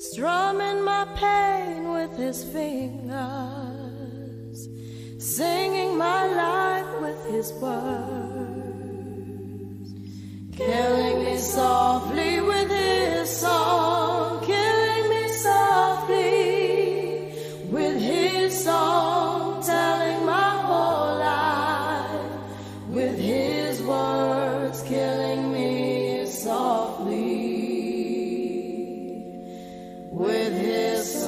strumming my pain with his fingers, singing my life with his words, killing me softly with his song, killing me softly with his song, telling my whole life with his words, killing me softly with his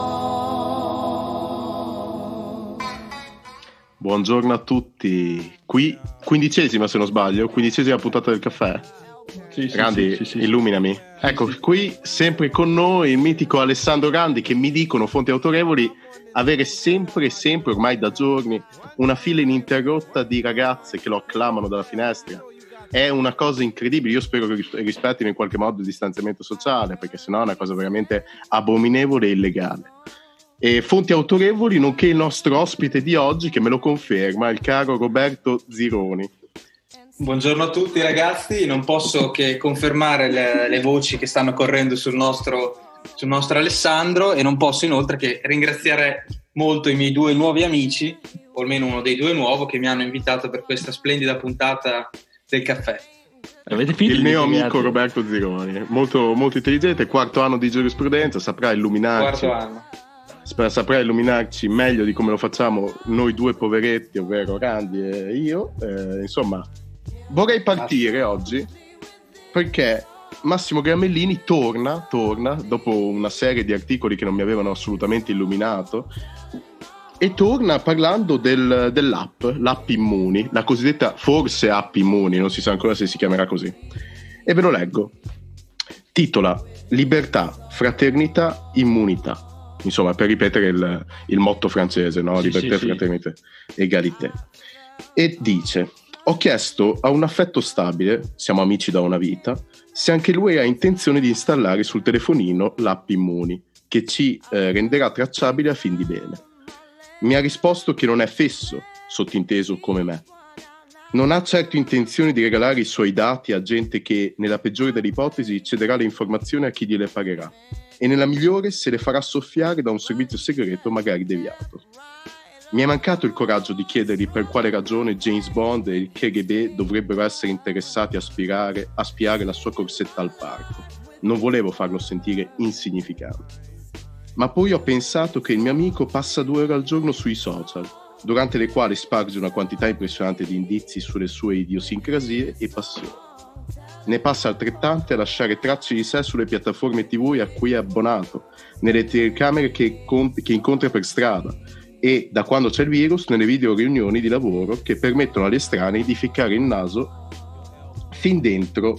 song. Buongiorno a tutti, qui 15ª se non sbaglio, 15ª puntata del caffè. Sì, Gandhi, sì. illuminami. Ecco, qui sempre con noi il mitico Alessandro Gandhi, che mi dicono fonti autorevoli avere sempre ormai da giorni una fila ininterrotta di ragazze che lo acclamano dalla finestra. È una cosa incredibile. Io spero che rispettino in qualche modo il distanziamento sociale, perché sennò è una cosa veramente abominevole e illegale. E fonti autorevoli, nonché il nostro ospite di oggi, che me lo conferma, il caro Roberto Zironi. Buongiorno a tutti ragazzi, non posso che confermare le voci che stanno correndo sul nostro Alessandro, e non posso inoltre che ringraziare molto i miei due nuovi amici, o almeno uno dei due nuovo, che mi hanno invitato per questa splendida puntata del caffè. Il mio amico Roberto Zironi, molto, molto intelligente, quarto anno di giurisprudenza, saprà illuminarci meglio di come lo facciamo noi due poveretti, ovvero Randy e io. Insomma, vorrei partire oggi perché Massimo Gramellini torna dopo una serie di articoli che non mi avevano assolutamente illuminato, e torna parlando l'app Immuni, la cosiddetta forse app Immuni, non si sa ancora se si chiamerà così, e ve lo leggo. Titola: Libertà, fraternità, immunità. Insomma, per ripetere il motto francese, no? Libertà, fraternità, égalité. E dice: ho chiesto a un affetto stabile, siamo amici da una vita, se anche lui ha intenzione di installare sul telefonino l'app Immuni, che ci renderà tracciabili a fin di bene. Mi ha risposto che non è fesso, sottinteso come me. Non ha certo intenzione di regalare i suoi dati a gente che, nella peggiore delle ipotesi, cederà le informazioni a chi gliele pagherà, e nella migliore se le farà soffiare da un servizio segreto magari deviato. Mi è mancato il coraggio di chiedergli per quale ragione James Bond e il KGB dovrebbero essere interessati a spiare la sua corsetta al parco. Non volevo farlo sentire insignificante. Ma poi ho pensato che il mio amico passa 2 ore al giorno sui social, durante le quali sparge una quantità impressionante di indizi sulle sue idiosincrasie e passioni. Ne passa altrettante a lasciare tracce di sé sulle piattaforme TV a cui è abbonato, nelle telecamere che incontra per strada, e, da quando c'è il virus, nelle video riunioni di lavoro che permettono agli estranei di ficcare il naso fin dentro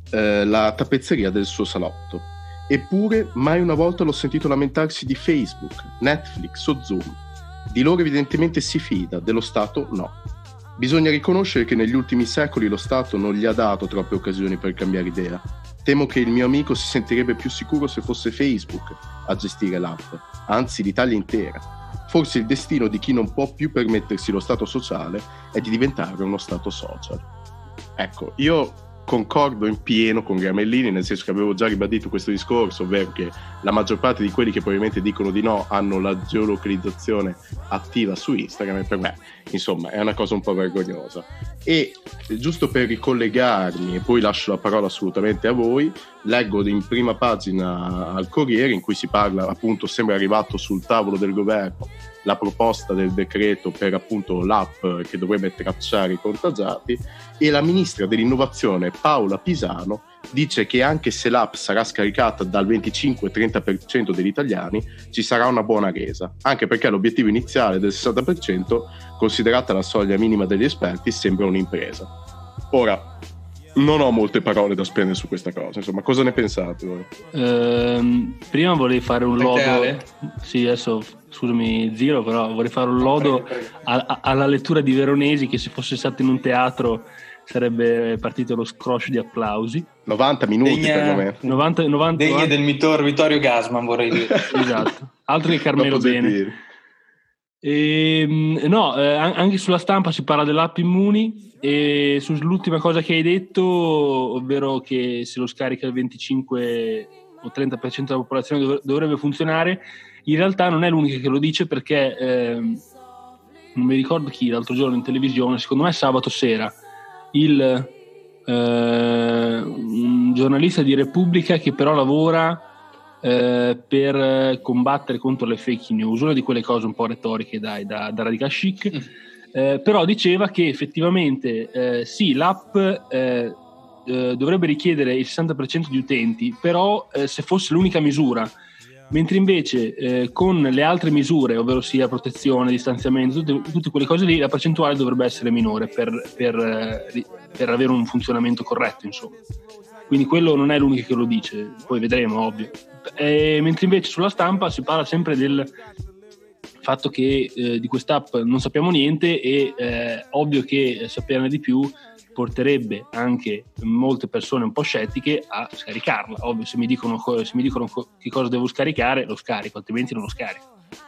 la tappezzeria del suo salotto. Eppure mai una volta l'ho sentito lamentarsi di Facebook, Netflix o Zoom. Di loro evidentemente si fida, dello Stato no. Bisogna riconoscere che negli ultimi secoli lo Stato non gli ha dato troppe occasioni per cambiare idea. Temo che il mio amico si sentirebbe più sicuro se fosse Facebook a gestire l'app, anzi l'Italia intera. Forse il destino di chi non può più permettersi lo Stato sociale è di diventare uno Stato social. Ecco, io concordo in pieno con Gramellini, nel senso che avevo già ribadito questo discorso, ovvero che la maggior parte di quelli che probabilmente dicono di no hanno la geolocalizzazione attiva su Instagram, e per me insomma è una cosa un po' vergognosa. E giusto per ricollegarmi, e poi lascio la parola assolutamente a voi, leggo in prima pagina al Corriere, in cui si parla, appunto, sembra arrivato sul tavolo del governo la proposta del decreto per appunto l'app che dovrebbe tracciare i contagiati, e la ministra dell'innovazione Paola Pisano dice che anche se l'app sarà scaricata dal 25-30% degli italiani ci sarà una buona resa, anche perché l'obiettivo iniziale del 60%, considerata la soglia minima degli esperti, sembra un'impresa. Ora, non ho molte parole da spendere su questa cosa, insomma, cosa ne pensate voi? Prima volevo fare un lodo. Sì, adesso scusami Ziro, però vorrei fare un lodo alla lettura di Veronesi, che se fosse stato in un teatro sarebbe partito lo scroscio di applausi. 90 minuti per 90 degne del Vittorio Gassman, vorrei dire. Esatto, altro che Carmelo Bene. Anche sulla stampa si parla dell'app Immuni, e sull'ultima cosa che hai detto, ovvero che se lo scarica il 25 o 30% della popolazione dovrebbe funzionare, in realtà non è l'unica che lo dice, perché non mi ricordo chi l'altro giorno in televisione, secondo me sabato sera, un giornalista di Repubblica che però lavora per combattere contro le fake news, una di quelle cose un po' retoriche da radical chic, però diceva che effettivamente sì, l'app dovrebbe richiedere il 60% di utenti, però se fosse l'unica misura, mentre invece con le altre misure, ovvero sia protezione, distanziamento, tutte quelle cose lì, la percentuale dovrebbe essere minore per avere un funzionamento corretto, insomma. Quindi quello non è l'unico che lo dice, poi vedremo, ovvio. Mentre invece sulla stampa si parla sempre del fatto che di quest'app non sappiamo niente, e ovvio che saperne di più porterebbe anche molte persone un po' scettiche a scaricarla. Ovvio, se mi dicono che cosa devo scaricare, lo scarico, altrimenti non lo scarico.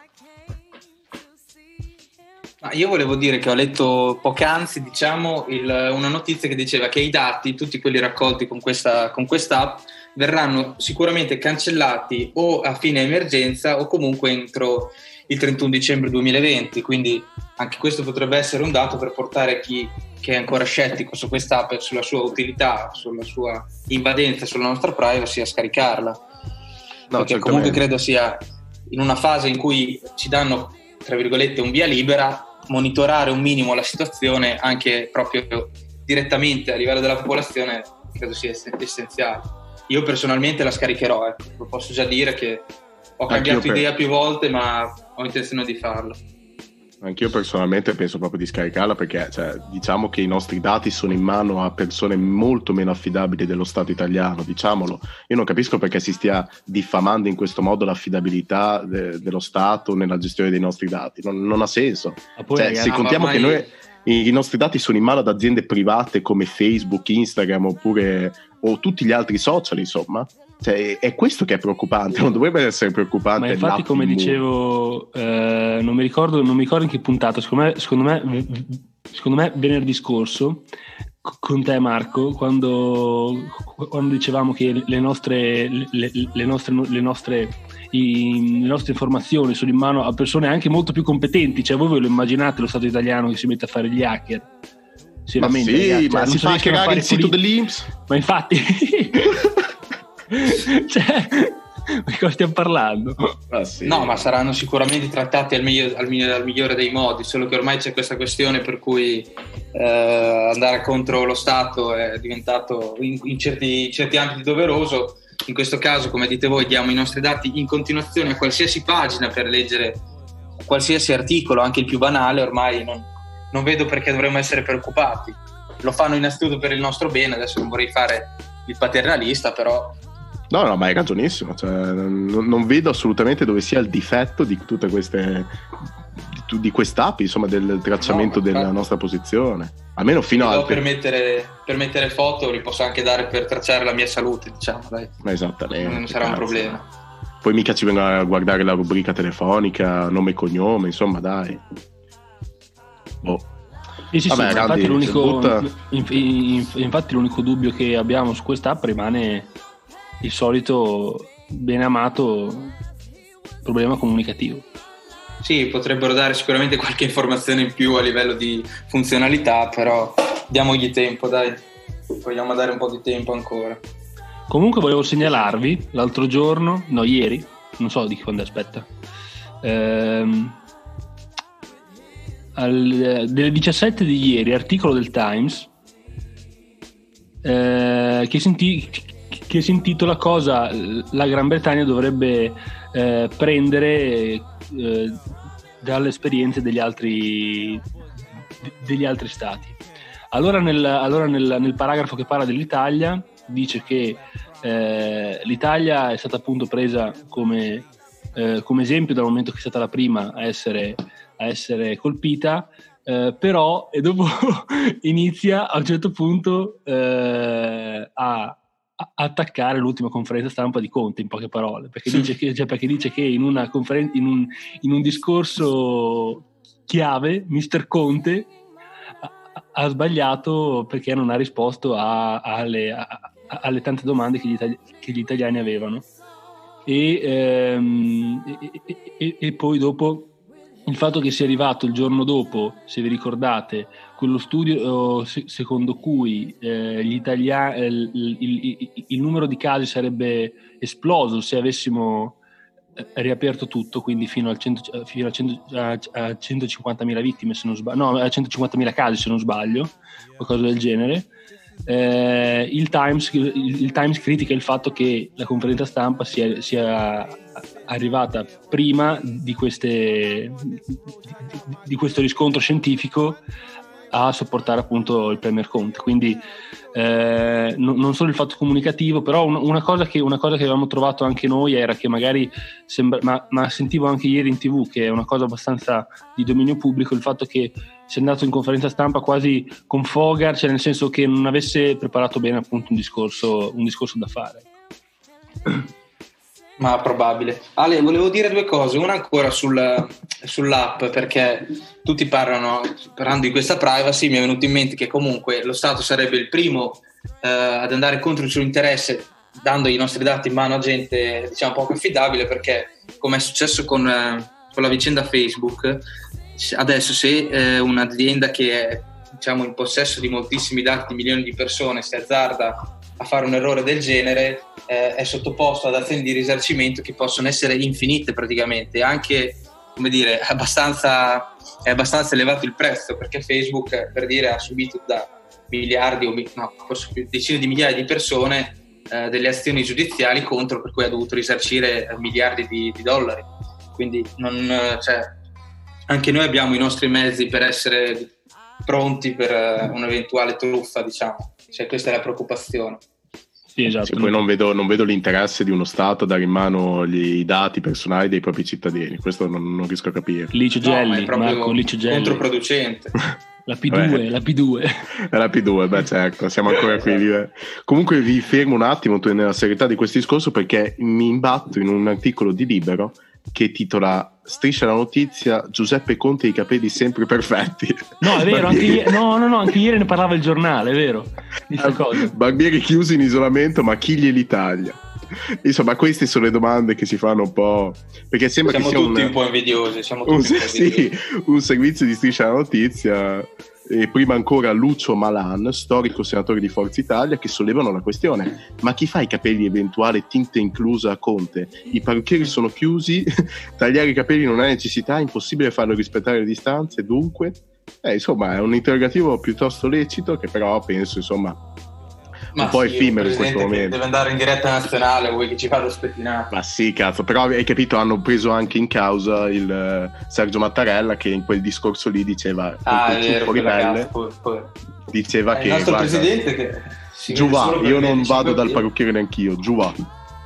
Io volevo dire che ho letto poc'anzi, una notizia che diceva che i dati, tutti quelli raccolti con questa app, verranno sicuramente cancellati o a fine emergenza o comunque entro il 31 dicembre 2020, quindi anche questo potrebbe essere un dato per portare chi che è ancora scettico su quest'app, sulla sua utilità, sulla sua invadenza sulla nostra privacy, a scaricarla. No, perché comunque credo sia in una fase in cui ci danno, tra virgolette, un via libera, monitorare un minimo la situazione anche proprio direttamente a livello della popolazione credo sia essenziale. Io personalmente la scaricherò, lo posso già dire che ho cambiato idea più volte, ma ho intenzione di farlo. Anch'io personalmente penso proprio di scaricarla, perché diciamo che i nostri dati sono in mano a persone molto meno affidabili dello Stato italiano, diciamolo. Io non capisco perché si stia diffamando in questo modo l'affidabilità dello Stato nella gestione dei nostri dati, non ha senso. Se contiamo che noi i nostri dati sono in mano ad aziende private come Facebook, Instagram o tutti gli altri social, insomma. È questo che è preoccupante, non dovrebbe essere preoccupante. Ma infatti, come dicevo, non mi ricordo in che puntata, secondo me venerdì scorso con te, Marco, quando dicevamo che le nostre informazioni sono in mano a persone anche molto più competenti. Cioè, voi ve lo immaginate lo Stato italiano che si mette a fare gli hacker? Ma sì, ma si fa hackerare il sito dell'INPS? Ma infatti cioè, di cosa stiamo parlando? Sì. No, ma saranno sicuramente trattati al migliore dei modi, solo che ormai c'è questa questione per cui andare contro lo Stato è diventato in certi ambiti doveroso. In questo caso, come dite voi, diamo i nostri dati in continuazione a qualsiasi pagina per leggere qualsiasi articolo, anche il più banale. Ormai non vedo perché dovremmo essere preoccupati. Lo fanno innanzitutto per il nostro bene. Adesso non vorrei fare il paternalista, però no, ma hai ragionissimo, non vedo assolutamente dove sia il difetto di tutte queste di quest'app, insomma, del tracciamento della nostra posizione, almeno fino a per mettere foto li posso anche dare per tracciare la mia salute, diciamo, dai. Esattamente, non sarà un problema. Poi mica ci vengono a guardare la rubrica telefonica, nome e cognome, insomma, dai. Sì, vabbè, infatti l'unico dubbio che abbiamo su quest'app rimane il solito ben amato problema comunicativo. Sì, potrebbero dare sicuramente qualche informazione in più a livello di funzionalità, però diamogli tempo, dai, vogliamo dare un po' di tempo ancora. Comunque volevo segnalarvi ieri, non so di quando aspetta, delle 17 di ieri, articolo del Times che si intitola "Cosa la Gran Bretagna dovrebbe prendere dalle esperienze degli altri stati". Allora nel paragrafo che parla dell'Italia dice che l'Italia è stata appunto presa come esempio dal momento che è stata la prima a essere colpita, però e dopo inizia a un certo punto a attaccare l'ultima conferenza stampa di Conte, in poche parole, perché dice che in un discorso chiave Mr. Conte ha sbagliato perché non ha risposto alle tante domande che gli italiani avevano. e poi dopo il fatto che sia arrivato il giorno dopo, se vi ricordate, quello studio secondo cui gli italiani, il numero di casi sarebbe esploso se avessimo riaperto tutto, quindi fino a 150.000 vittime, se non sbaglio, no, a 150.000 casi se non sbaglio, qualcosa del genere. Il Times critica il fatto che la conferenza stampa sia arrivata prima di questo riscontro scientifico a sopportare appunto il Premier Conte, quindi non solo il fatto comunicativo, però una cosa che avevamo trovato anche noi era che magari ma sentivo anche ieri in TV che è una cosa abbastanza di dominio pubblico, il fatto che sia andato in conferenza stampa quasi con foga, cioè nel senso che non avesse preparato bene appunto un discorso da fare. Ma probabile. Ale, volevo dire due cose, una ancora sull'app, perché tutti parlando di questa privacy, mi è venuto in mente che comunque lo Stato sarebbe il primo ad andare contro il suo interesse dando i nostri dati in mano a gente diciamo poco affidabile, perché come è successo con la vicenda Facebook, adesso se un'azienda che è diciamo in possesso di moltissimi dati di milioni di persone si azzarda a fare un errore del genere, è sottoposto ad azioni di risarcimento che possono essere infinite praticamente, anche come dire è abbastanza elevato il prezzo, perché Facebook, per dire, ha subito da miliardi forse decine di migliaia di persone delle azioni giudiziali contro, per cui ha dovuto risarcire miliardi di dollari. Quindi anche noi abbiamo i nostri mezzi per essere pronti per un'eventuale truffa, diciamo. Cioè, questa è la preoccupazione. Sì, esatto. Sì, poi non vedo l'interesse di uno Stato a dare in mano i dati personali dei propri cittadini, questo non riesco a capire. Licio Gelli, è proprio Marco Licio Gelli. Controproducente. La P2. La P2, beh certo, siamo ancora qui. Comunque vi fermo un attimo nella serietà di questo discorso, perché mi imbatto in un articolo di Libero che titola "Striscia la notizia, Giuseppe Conte i capelli sempre perfetti". No, è vero, anche ieri ne parlava il giornale, è vero. Barbieri chiusi in isolamento, ma chi glieli taglia? Insomma, queste sono le domande che si fanno un po', perché sembra siamo che sia tutti un po' invidiosi, un servizio di Striscia la notizia. E prima ancora Lucio Malan, storico senatore di Forza Italia, che sollevano la questione: ma chi fa i capelli eventuale tinte inclusa a Conte? I parrucchieri sono chiusi, tagliare i capelli non ha necessità, è impossibile farlo rispettare le distanze, dunque insomma è un interrogativo piuttosto lecito, che però penso insomma un po' effimero in questo momento. Deve andare in diretta nazionale, vuoi che ci vada spettinato? Ma sì, cazzo, però hai capito, hanno preso anche in causa il Sergio Mattarella, che in quel discorso lì diceva diceva che il nostro presidente che giù va, io non vado dal parrucchiere neanch'io, giù va.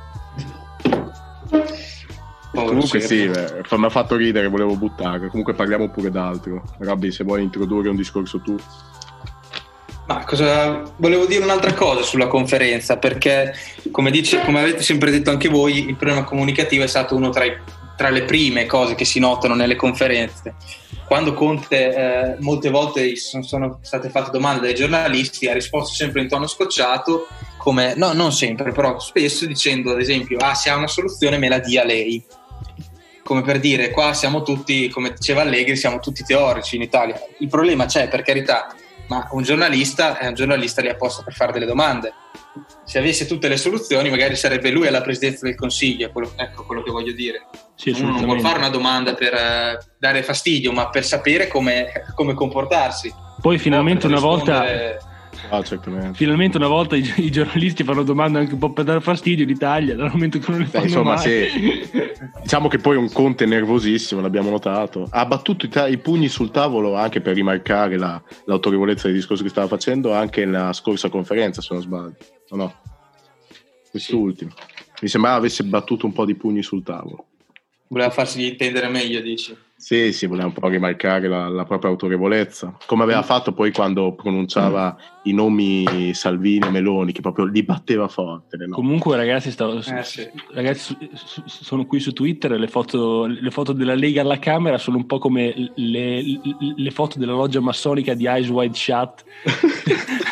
Comunque sì, mi ha fatto ridere, volevo buttare. Comunque parliamo pure d'altro. Robby, se vuoi introdurre un discorso tu. Ma volevo dire un'altra cosa sulla conferenza, perché come avete sempre detto anche voi, il problema comunicativo è stato uno tra le prime cose che si notano nelle conferenze. Quando Conte molte volte sono state fatte domande dai giornalisti, ha risposto sempre in tono scocciato, come no, non sempre, però spesso, dicendo ad esempio: se ha una soluzione me la dia lei, come per dire, qua siamo tutti, come diceva Allegri, siamo tutti teorici in Italia. Il problema c'è, per carità, ma un giornalista è un giornalista lì apposta per fare delle domande. Se avesse tutte le soluzioni magari sarebbe lui alla presidenza del Consiglio, ecco quello che voglio dire. Sì, uno non vuole fare una domanda per dare fastidio, ma per sapere come comportarsi. Poi finalmente una volta finalmente una volta i giornalisti fanno domande anche un po' per dare fastidio in Italia, dal momento che non le fanno insomma, mai. Sì. Diciamo che poi un Conte nervosissimo, l'abbiamo notato, ha battuto i pugni sul tavolo anche per rimarcare l'autorevolezza del discorso che stava facendo anche nella scorsa conferenza, se non sbaglio, no? Quest'ultimo mi sembrava avesse battuto un po' di pugni sul tavolo. Voleva farsi intendere meglio, dici? Sì, voleva un po' rimarcare la propria autorevolezza, come aveva fatto poi quando pronunciava i nomi Salvini e Meloni, che proprio li batteva forte. No? Comunque ragazzi, ragazzi, sono qui su Twitter, le foto della Lega alla Camera sono un po' come le foto della loggia massonica di Eyes Wide Shut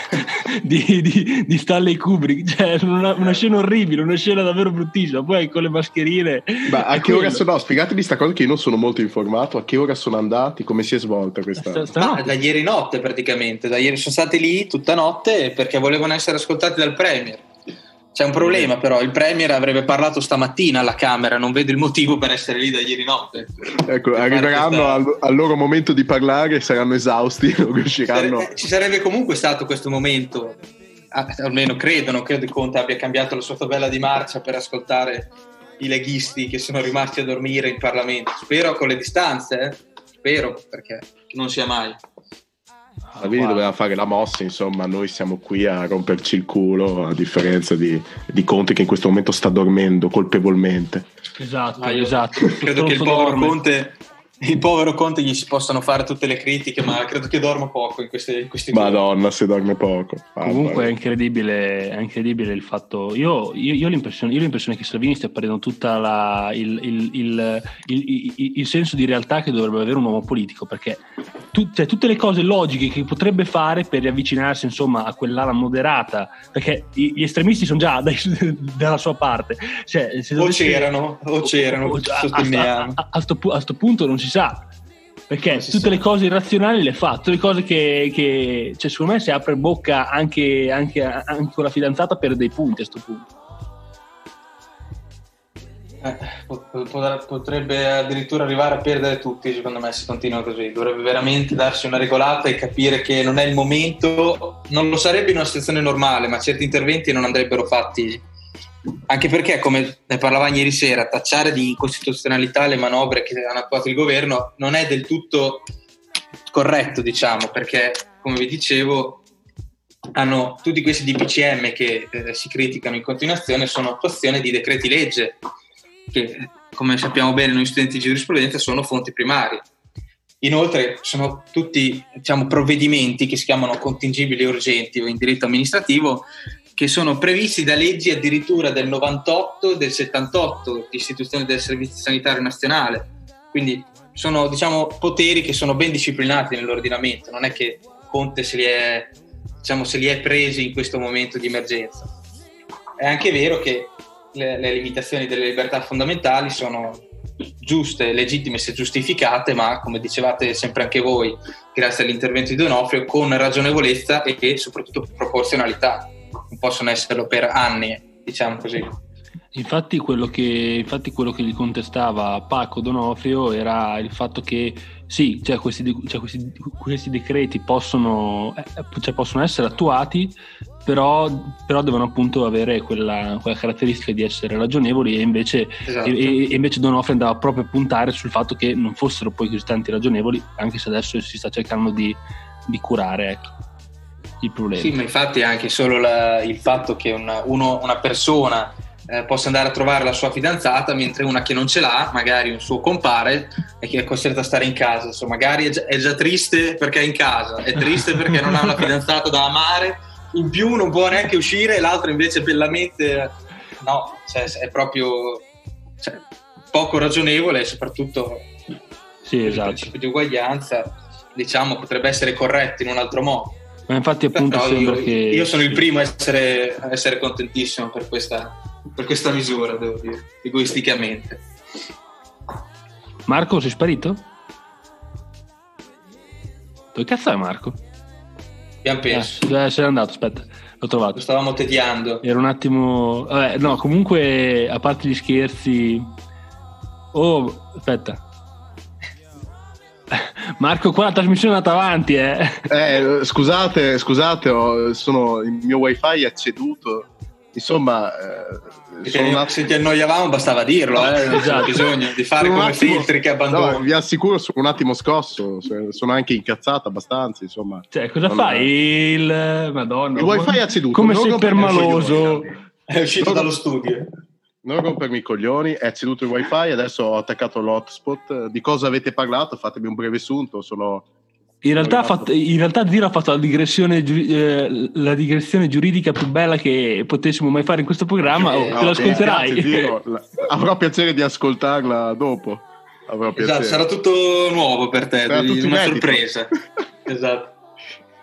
di Stanley Kubrick, cioè una scena orribile, una scena davvero bruttissima, poi con le mascherine. Ma a che ora sono? No, spiegatemi sta cosa che io non sono molto informato. A che ora sono andati? Come si è svolta questa? Ma da ieri notte praticamente, da ieri sono stati lì tutta notte perché volevano essere ascoltati dal Premier. C'è un problema però, il Premier avrebbe parlato stamattina alla Camera, non vedo il motivo per essere lì da ieri notte. Ecco, arriveranno al loro momento di parlare, saranno esausti, non riusciranno. Ci sarebbe comunque stato questo momento, almeno non credo che Conte abbia cambiato la sua tabella di marcia per ascoltare i leghisti che sono rimasti a dormire in Parlamento. Spero con le distanze, spero, perché non sia mai. Salvini doveva fare la mossa, insomma, noi siamo qui a romperci il culo, a differenza di Conte che in questo momento sta dormendo colpevolmente. Esatto. Credo che il povero Conte gli si possano fare tutte le critiche, ma credo che dorma poco in questi Madonna, se dorme poco. Comunque è incredibile il fatto. Io ho l'impressione che Salvini stia perdendo tutta il senso di realtà che dovrebbe avere un uomo politico, perché tutte le cose logiche che potrebbe fare per riavvicinarsi, insomma, a quell'ala moderata, perché gli estremisti sono già dalla sua parte, cioè, c'erano sottolineano. A sto punto non si sa, perché tutte le cose irrazionali le fa, tutte le cose che cioè, secondo me se apre bocca anche con la fidanzata per dei punti a sto punto. Potrebbe addirittura arrivare a perdere tutti, secondo me, se continua così. Dovrebbe veramente darsi una regolata e capire che non è il momento. Non lo sarebbe in una situazione normale, ma certi interventi non andrebbero fatti, anche perché, come ne parlavamo ieri sera, tacciare di incostituzionalità le manovre che hanno attuato il governo non è del tutto corretto, diciamo, perché, come vi dicevo, hanno tutti questi DPCM che si criticano in continuazione, sono attuazione di decreti legge che, come sappiamo bene noi studenti di giurisprudenza, sono fonti primarie. Inoltre sono tutti, diciamo, provvedimenti che si chiamano contingibili urgenti o in diritto amministrativo, che sono previsti da leggi addirittura del 98, del 78, di istituzione del Servizio Sanitario Nazionale. Quindi sono, diciamo, poteri che sono ben disciplinati nell'ordinamento, non è che Conte se li è presi in questo momento di emergenza. È anche vero che le limitazioni delle libertà fondamentali sono giuste, legittime se giustificate, ma come dicevate sempre anche voi, grazie all'intervento di D'Onofrio, con ragionevolezza e soprattutto proporzionalità. Non possono esserlo per anni, diciamo così. Infatti quello che gli contestava Paco D'Onofrio era il fatto che sì, questi decreti possono essere attuati, però devono appunto avere quella caratteristica di essere ragionevoli, e invece, esatto. e invece D'Onofrio andava proprio a puntare sul fatto che non fossero poi così tanti ragionevoli, anche se adesso si sta cercando di curare, ecco, il problema. Sì, ma infatti anche solo il fatto che una persona possa andare a trovare la sua fidanzata, mentre una che non ce l'ha, magari un suo compare, e che è costretta a stare in casa, insomma, magari è già triste perché è in casa, è triste perché non ha una fidanzata da amare, in più non può neanche uscire, e l'altro invece bellamente no, cioè, è proprio poco ragionevole, e soprattutto sì, esatto. Il principio di uguaglianza, diciamo, potrebbe essere corretto in un altro modo. Ma infatti appunto sembra che io sono il primo a essere contentissimo per questa misura, devo dire, egoisticamente. Marco, sei sparito? Dove cazzo è Marco? Abbiamo perso. Se n'è andato, aspetta, l'ho trovato. Lo stavamo tediando. Era un attimo... no, comunque, a parte gli scherzi... Oh, aspetta. Marco, qua la trasmissione è andata avanti, Scusate, il mio wifi è ceduto. Insomma, se ti annoiavamo bastava dirlo, esatto. Bisogno di fare come filtri che abbandonano. No, vi assicuro, sono un attimo scosso, sono anche incazzato abbastanza, insomma. Cioè, cosa fai? Madonna, il wifi è ceduto. Come sei permaloso. È uscito dallo studio. Non rompermi i coglioni, è ceduto il wifi, adesso ho attaccato l'hotspot. Di cosa avete parlato? Fatemi un breve sunto. In realtà Ziro ha fatto la digressione giuridica più bella che potessimo mai fare in questo programma. Te lo ascolterai. Avrò piacere di ascoltarla dopo. Esatto, sarà tutto nuovo per te, una sorpresa. Esatto.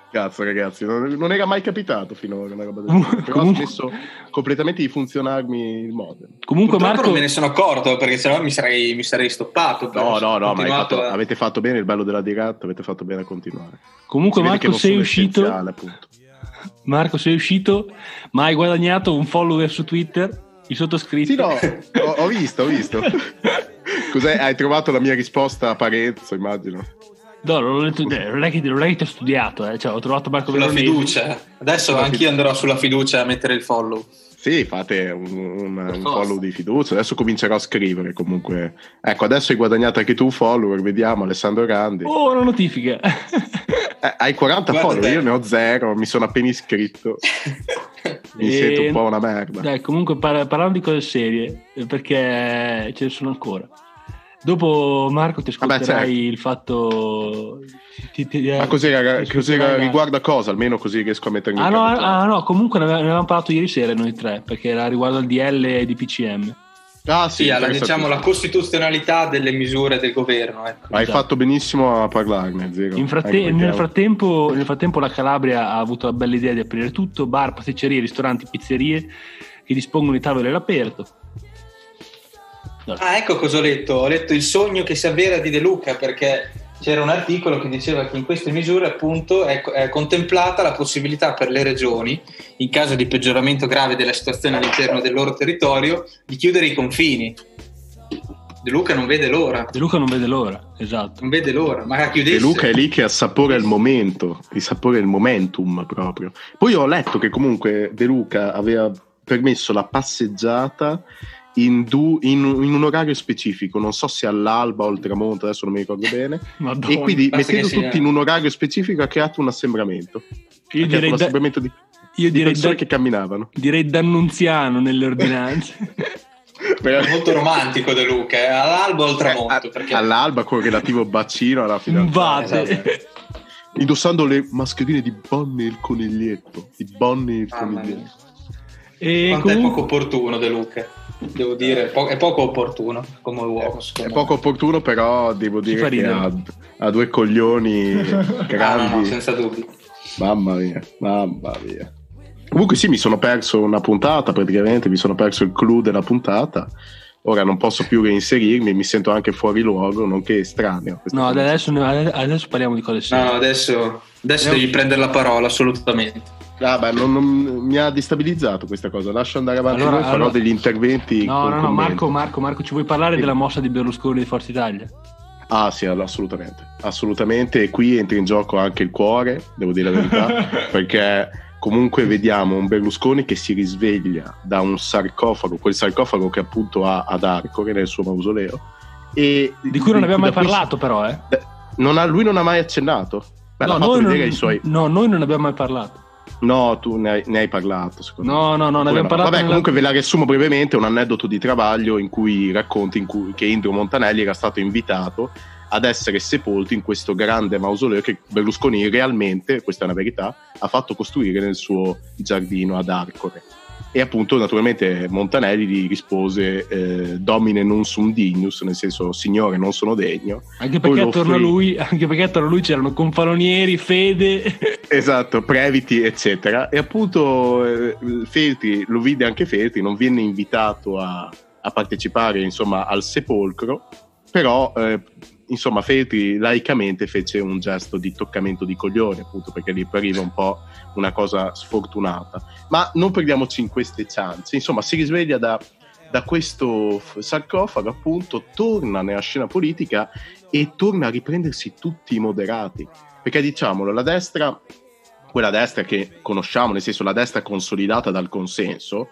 Cazzo ragazzi, non era mai capitato finora una roba del genere. Però ho smesso completamente di funzionarmi il modem. Comunque Purtroppo Marco non me ne sono accorto, perché sennò mi sarei stoppato. No, ma avete fatto bene, il bello della diretta, avete fatto bene a continuare. Comunque Marco sei uscito, Marco sei uscito, ma hai guadagnato un follower su Twitter, il sottoscritto. Sì, no, ho visto. Cos'è? Hai trovato la mia risposta a Parenzo, immagino. No, non è che ti ho studiato, cioè, ho trovato Marco sulla Veronesi. Fiducia. Adesso anch'io andrò sulla Fiducia a mettere il follow. Sì, fate un follow di fiducia. Adesso comincerò a scrivere comunque. Ecco, adesso hai guadagnato anche tu un follower, vediamo, Alessandro Grandi. Oh, una notifica. Hai 40 follower, io ne ho 0, mi sono appena iscritto. Mi sento un po' una merda. Dai, comunque parlando di cose serie, perché ce ne sono ancora. Dopo Marco ti ascolterai il fatto ma cos'era riguardo a cosa? Almeno così riesco a mettermi in no, comunque ne avevamo parlato ieri sera noi tre, perché era riguardo al DL di PCM. Sì, diciamo la costituzionalità delle misure del governo, ecco. Hai fatto benissimo a parlarne, Zero. Nel frattempo la Calabria ha avuto la bella idea di aprire tutto: bar, pasticcerie, ristoranti, pizzerie che dispongono di tavole all'aperto. Ecco cosa ho letto. Ho letto il sogno che si avvera di De Luca, perché c'era un articolo che diceva che in queste misure appunto è contemplata la possibilità per le regioni, in caso di peggioramento grave della situazione all'interno del loro territorio, di chiudere i confini. De Luca non vede l'ora, esatto. Non vede l'ora, ma chiudesse. De Luca è lì che assapora il momento, il momentum proprio. Poi ho letto che comunque De Luca aveva permesso la passeggiata in un orario specifico, non so se all'alba o al tramonto, adesso non mi ricordo bene. Madonna, e quindi mettendo tutti in un orario specifico ha creato un assembramento. Io direi di persone che camminavano. Direi d'annunziano nelle ordinanze. È molto romantico De Luca, all'alba o al tramonto, perché all'alba con relativo bacino alla fidanzata, esatto. Indossando le mascherine di Bonnie e il coniglietto, E quanto è poco opportuno De Luca, devo dire, è poco opportuno come uomo. È poco opportuno, però devo dire che ha due coglioni grandi. No, senza dubbio. Mamma mia. Comunque sì, mi sono perso una puntata, praticamente mi sono perso il clou della puntata. Ora non posso più reinserirmi, mi sento anche fuori luogo, nonché estraneo. No, adesso parliamo di cose serie. No, adesso devi prendere la parola, assolutamente. Non mi ha destabilizzato questa cosa. Lascio andare avanti, farò degli interventi. No, Marco, ci vuoi parlare della mossa di Berlusconi di Forza Italia? Ah sì, assolutamente. E qui entra in gioco anche il cuore, devo dire la verità, perché comunque vediamo un Berlusconi che si risveglia da un sarcofago, quel sarcofago che appunto ha ad Arcore nel suo mausoleo, e di cui non abbiamo mai parlato, però lui non ha mai accennato. Noi non abbiamo mai parlato. No, tu ne hai parlato, secondo me. No, ne abbiamo parlato. Vabbè, comunque ve la riassumo brevemente: un aneddoto di Travaglio in cui racconti che Indro Montanelli era stato invitato ad essere sepolto in questo grande mausoleo che Berlusconi realmente, questa è una verità, ha fatto costruire nel suo giardino ad Arcore. E appunto naturalmente Montanelli gli rispose domine non sum dignus, nel senso signore non sono degno, anche perché attorno a lui c'erano Confalonieri, Fede, esatto, Previti eccetera. E appunto Feltri lo vide, anche Feltri non venne invitato a partecipare insomma al sepolcro, però insomma Feltri laicamente fece un gesto di toccamento di coglione, appunto perché gli appariva un po' una cosa sfortunata. Ma non perdiamoci in queste ciance. Insomma, si risveglia da questo sarcofago, appunto, torna nella scena politica e torna a riprendersi tutti i moderati, perché diciamolo, la destra, quella destra che conosciamo, nel senso la destra consolidata dal consenso,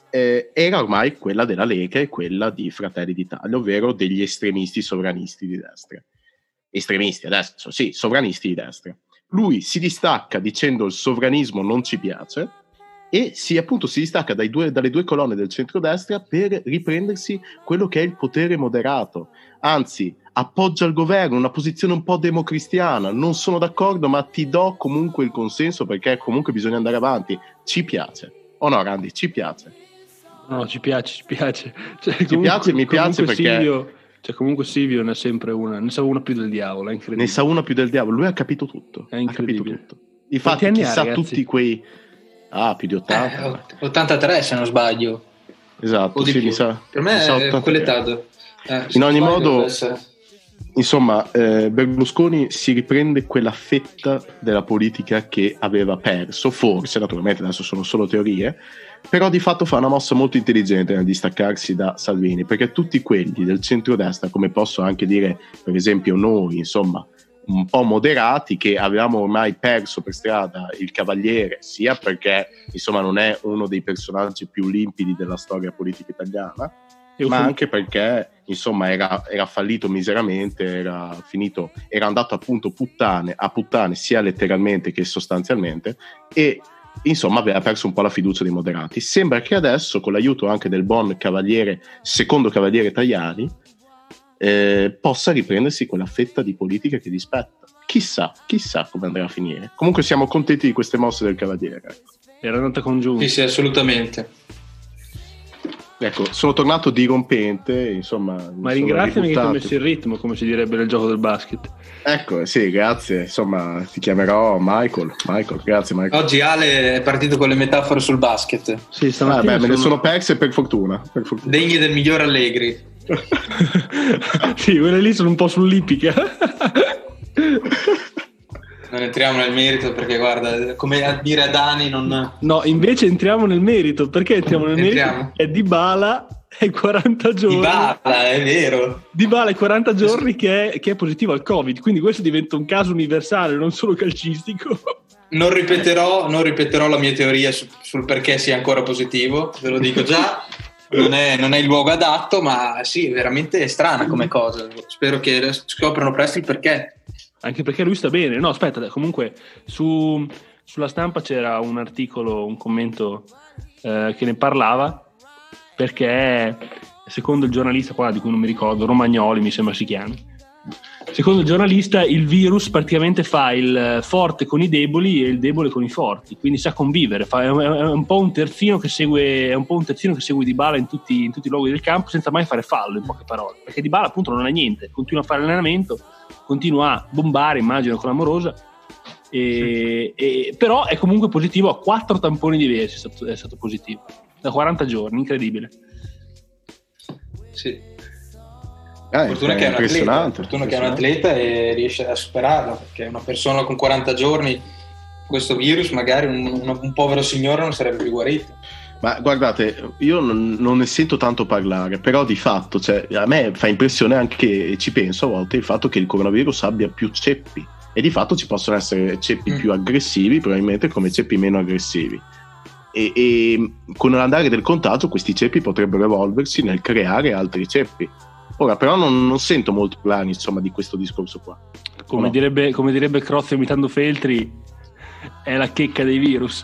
era ormai quella della Lega e quella di Fratelli d'Italia, ovvero degli estremisti sovranisti di destra. Estremisti adesso, sì, sovranisti di destra. Lui si distacca dicendo il sovranismo non ci piace e si distacca dalle due colonne del centrodestra per riprendersi quello che è il potere moderato. Anzi, appoggia il governo, una posizione un po' democristiana. Non sono d'accordo, ma ti do comunque il consenso perché comunque bisogna andare avanti. Ci piace. O no, Randy, ci piace? No, ci piace. Mi piace perché... comunque Silvio ne è sempre una, ne sa una più del diavolo, è incredibile. Ne sa una più del diavolo, lui ha capito tutto. È incredibile. Infatti, chissà tutti quei... più di 80. 83 se non sbaglio. Esatto, sì, mi sa. Per me è quell'età. In ogni modo, insomma, Berlusconi si riprende quella fetta della politica che aveva perso, forse, naturalmente adesso sono solo teorie, però di fatto fa una mossa molto intelligente nel distaccarsi da Salvini, perché tutti quelli del centrodestra, come posso anche dire per esempio noi, insomma, un po' moderati, che avevamo ormai perso per strada il Cavaliere, sia perché insomma non è uno dei personaggi più limpidi della storia politica italiana, ma anche perché insomma era fallito miseramente, era andato appunto a puttane sia letteralmente che sostanzialmente, e insomma aveva perso un po' la fiducia dei moderati. Sembra che adesso, con l'aiuto anche del buon cavaliere, secondo cavaliere Tajani, possa riprendersi quella fetta di politica che gli spetta. Chissà come andrà a finire. Comunque siamo contenti di queste mosse del cavaliere, ecco. Era nota congiunta. Sì, assolutamente. Ecco, sono tornato dirompente, insomma. Ma ringraziami che ti ho messo il ritmo, come si direbbe nel gioco del basket. Ecco, sì, grazie. Insomma, ti chiamerò Michael, grazie Michael. Oggi Ale è partito con le metafore sul basket. Sì, stamattina me ne sono perse per fortuna. Degne del miglior Allegri. Sì, quelle lì sono un po' sull'ippica. Non entriamo nel merito perché guarda, come a dire a Dani non... No, invece entriamo nel merito. Perché entriamo nel merito? È Dybala ai 40 giorni. Dybala, è vero. Dybala ai 40 giorni che è positivo al Covid, quindi questo diventa un caso universale, non solo calcistico. Non ripeterò la mia teoria sul perché sia ancora positivo, ve lo dico già. Non è il luogo adatto, ma sì, veramente è strana come cosa. Spero che scoprano presto il perché. Anche perché lui sta bene. No, aspetta, comunque sulla Stampa c'era un articolo, un commento che ne parlava, perché secondo il giornalista qua, di cui non mi ricordo, Romagnoli mi sembra si chiami, secondo il giornalista il virus praticamente fa il forte con i deboli e il debole con i forti, quindi sa convivere, è un po' un terzino che segue Dybala in tutti i luoghi del campo senza mai fare fallo, in poche parole, perché Dybala appunto non ha niente, continua a fare allenamento, continua a bombare, immagino, con l'amorosa, però è comunque positivo a 4 tamponi diversi, è stato positivo da 40 giorni, incredibile. Sì. Fortuna che è un atleta e riesce a superarlo, perché una persona con 40 giorni questo virus, magari un povero signore non sarebbe più guarito. Ma guardate, io non ne sento tanto parlare, però di fatto, cioè, a me fa impressione anche, e ci penso a volte, il fatto che il coronavirus abbia più ceppi, e di fatto ci possono essere ceppi più aggressivi, probabilmente, come ceppi meno aggressivi, e con l'andare del contagio questi ceppi potrebbero evolversi nel creare altri ceppi. Ora però non sento molto parlare, insomma, di questo discorso qua. Come direbbe Crozio imitando Feltri, è la checca dei virus.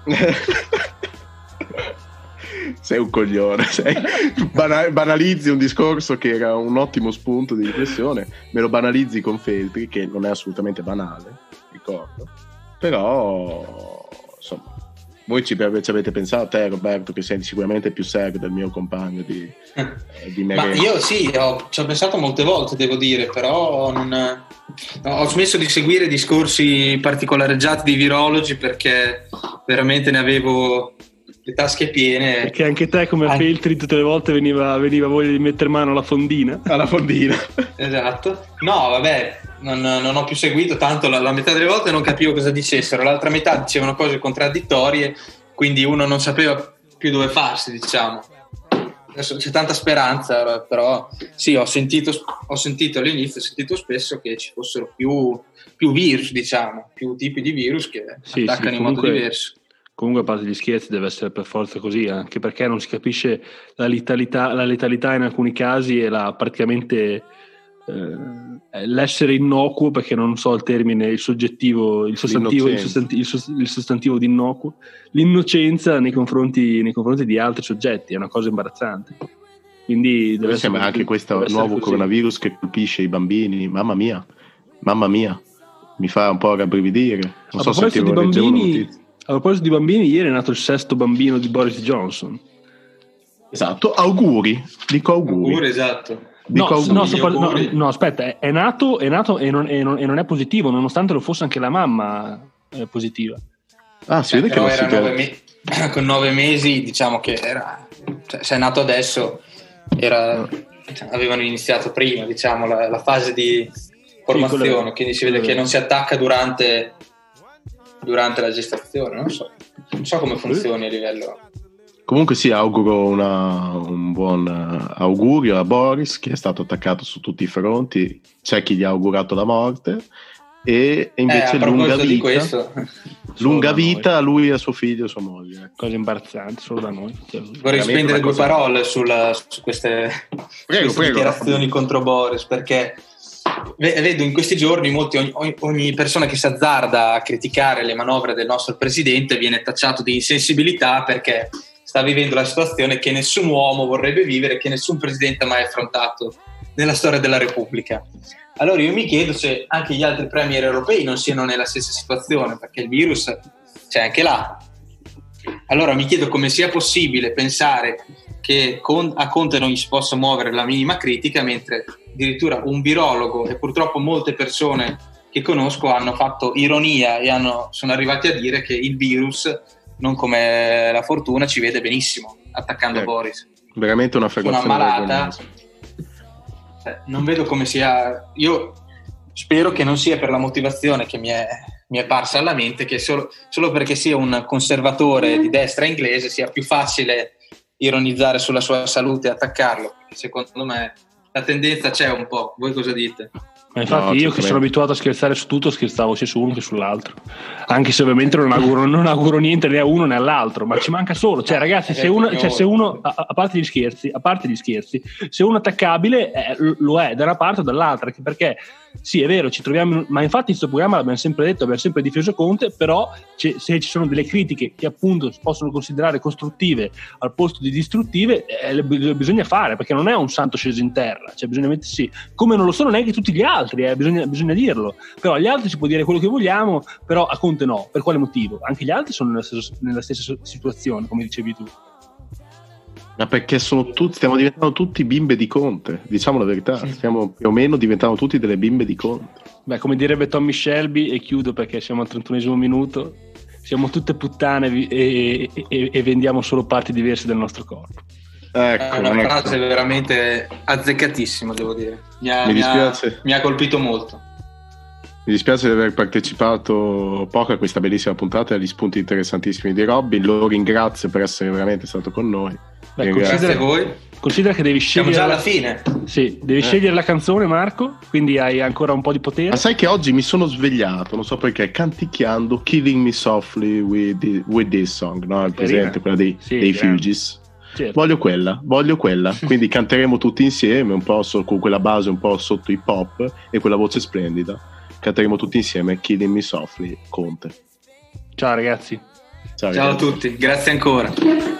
Sei un coglione, banalizzi un discorso che era un ottimo spunto di riflessione, me lo banalizzi con Feltri, che non è assolutamente banale, ricordo, però insomma voi ci avete pensato, te Roberto, che sei sicuramente più serio del mio compagno di Ma io sì, ci ho pensato molte volte, devo dire, però ho smesso di seguire discorsi particolareggiati di virologi perché veramente ne avevo le tasche piene. Perché anche te, come Feltri, tutte le volte veniva voglia di mettere mano alla fondina. Esatto. No, vabbè, non ho più seguito tanto, la metà delle volte non capivo cosa dicessero, l'altra metà dicevano cose contraddittorie, quindi uno non sapeva più dove farsi, diciamo. Adesso c'è tanta speranza, però sì, ho sentito all'inizio, ho sentito spesso che ci fossero più virus, diciamo, più tipi di virus che attaccano in modo diverso. Comunque, a parte gli scherzi, deve essere per forza così, anche perché non si capisce la letalità in alcuni casi e praticamente l'essere innocuo, perché non so il termine, il sostantivo di innocuo, l'innocenza nei confronti di altri soggetti, è una cosa imbarazzante. Quindi deve sembra anche questo nuovo coronavirus che colpisce i bambini, mamma mia, mi fa un po' rabbrividire. Non so se ti lo leggevo una notizia. A proposito di bambini, ieri è nato il 6º bambino di Boris Johnson. Esatto, auguri. Auguri, esatto. No, aspetta, è nato e non è positivo, nonostante lo fosse anche la mamma. positiva. Ah, si vede che non si con 9 mesi, diciamo che era, cioè, se è nato adesso, avevano iniziato prima, diciamo, la fase di formazione, quindi si vede che non si attacca durante la gestazione. Non so come funzioni a livello. Comunque sì, auguro un buon augurio a Boris, che è stato attaccato su tutti i fronti. C'è chi gli ha augurato la morte, e invece lunga vita a lui e a suo figlio e sua moglie. Cose imbarazzanti solo da noi. Vorrei spendere due parole su queste dichiarazioni contro Boris, perché vedo in questi giorni ogni persona che si azzarda a criticare le manovre del nostro presidente viene tacciato di insensibilità, perché sta vivendo la situazione che nessun uomo vorrebbe vivere, che nessun presidente ha mai affrontato nella storia della Repubblica. Allora io mi chiedo se anche gli altri premier europei non siano nella stessa situazione, perché il virus c'è anche là. Allora mi chiedo come sia possibile pensare che a Conte non gli si possa muovere la minima critica, mentre addirittura un virologo e purtroppo molte persone che conosco hanno fatto ironia e sono arrivati a dire che il virus, non come la fortuna, ci vede benissimo attaccando Boris. Veramente una affermazione malata. Non vedo come sia. Io spero che non sia per la motivazione che mi è parsa alla mente, che solo perché sia un conservatore di destra inglese sia più facile ironizzare sulla sua salute e attaccarlo. Secondo me la tendenza c'è un po'. Voi cosa dite? Ma infatti io che sono abituato a scherzare su tutto, scherzavo sia su uno che sull'altro, anche se ovviamente non auguro niente né a uno né all'altro, ma ci manca solo, cioè ragazzi, se uno a parte gli scherzi, se uno è attaccabile lo è da una parte o dall'altra, anche perché sì, è vero, ci troviamo, ma infatti in questo programma l'abbiamo sempre detto, abbiamo sempre difeso Conte, però se ci sono delle critiche che appunto si possono considerare costruttive al posto di distruttive, bisogna fare, perché non è un santo sceso in terra, cioè bisogna mettersi, come non lo sono neanche tutti gli altri, bisogna dirlo, però agli altri si può dire quello che vogliamo, però a Conte no. Per quale motivo? Anche gli altri sono nella stessa situazione, come dicevi tu. Ma perché stiamo diventando tutti bimbe di Conte, diciamo la verità, stiamo più o meno diventando tutti delle bimbe di Conte. Beh, come direbbe Tommy Shelby, e chiudo perché siamo al 31esimo minuto, siamo tutte puttane e vendiamo solo parti diverse del nostro corpo. Ecco, una frase veramente azzeccatissima, devo dire. Mi ha colpito molto. Mi dispiace di aver partecipato poco a questa bellissima puntata e agli spunti interessantissimi di Robin. Lo ringrazio per essere veramente stato con noi. Beh, grazie a voi. Considera che devi scegliere. Siamo già alla fine. Sì, devi scegliere la canzone, Marco. Quindi hai ancora un po' di potere. Ma sai che oggi mi sono svegliato, non so perché, canticchiando Killing Me Softly with This Song, no? È presente quella dei Fugees. Certo. Voglio quella. Quindi canteremo tutti insieme, un po' con quella base un po' sotto hip hop e quella voce splendida. Canteremo tutti insieme Killing Me Softly, Conte. Ciao ragazzi. Ciao a tutti, grazie ancora.